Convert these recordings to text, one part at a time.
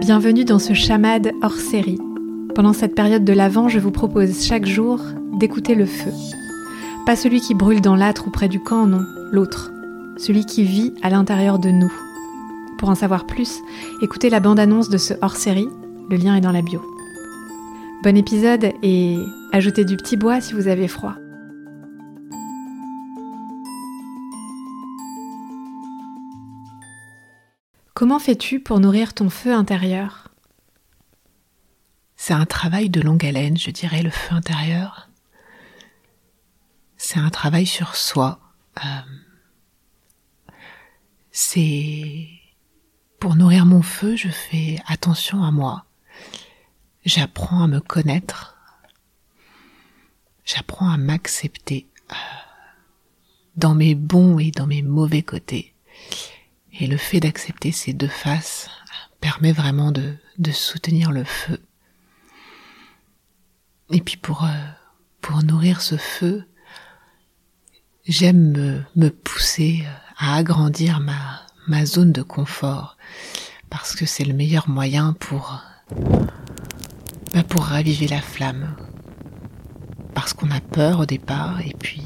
Bienvenue dans ce Chamade hors série. Pendant cette période de l'Avent, je vous propose chaque jour d'écouter le feu. Pas celui qui brûle dans l'âtre ou près du camp, non, l'autre. Celui qui vit à l'intérieur de nous. Pour en savoir plus, écoutez la bande-annonce de ce hors-série, le lien est dans la bio. Bon épisode et ajoutez du petit bois si vous avez froid. Comment fais-tu pour nourrir ton feu intérieur ? C'est un travail de longue haleine, je dirais, le feu intérieur. C'est un travail sur soi. Pour nourrir mon feu, je fais attention à moi. J'apprends à me connaître. J'apprends à m'accepter dans mes bons et dans mes mauvais côtés. Et le fait d'accepter ces deux faces permet vraiment de soutenir le feu. Et puis pour nourrir ce feu, j'aime me pousser à agrandir ma zone de confort, parce que c'est le meilleur moyen pour raviver la flamme. Parce qu'on a peur au départ, et puis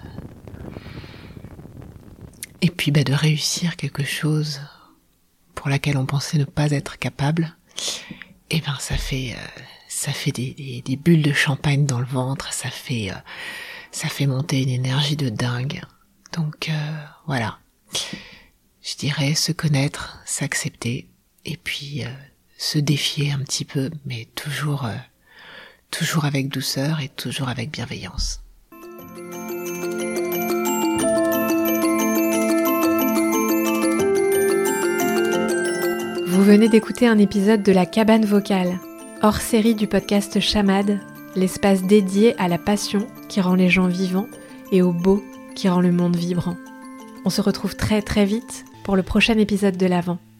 de réussir quelque chose pour laquelle on pensait ne pas être capable, et ça fait des bulles de champagne dans le ventre, ça fait monter une énergie de dingue. Donc voilà, je dirais se connaître, s'accepter, et puis se défier un petit peu, mais toujours avec douceur et toujours avec bienveillance. Vous venez d'écouter un épisode de La Cabane Vocale, hors série du podcast Chamade, l'espace dédié à la passion qui rend les gens vivants et au beau qui rend le monde vibrant. On se retrouve très très vite pour le prochain épisode de l'Avent.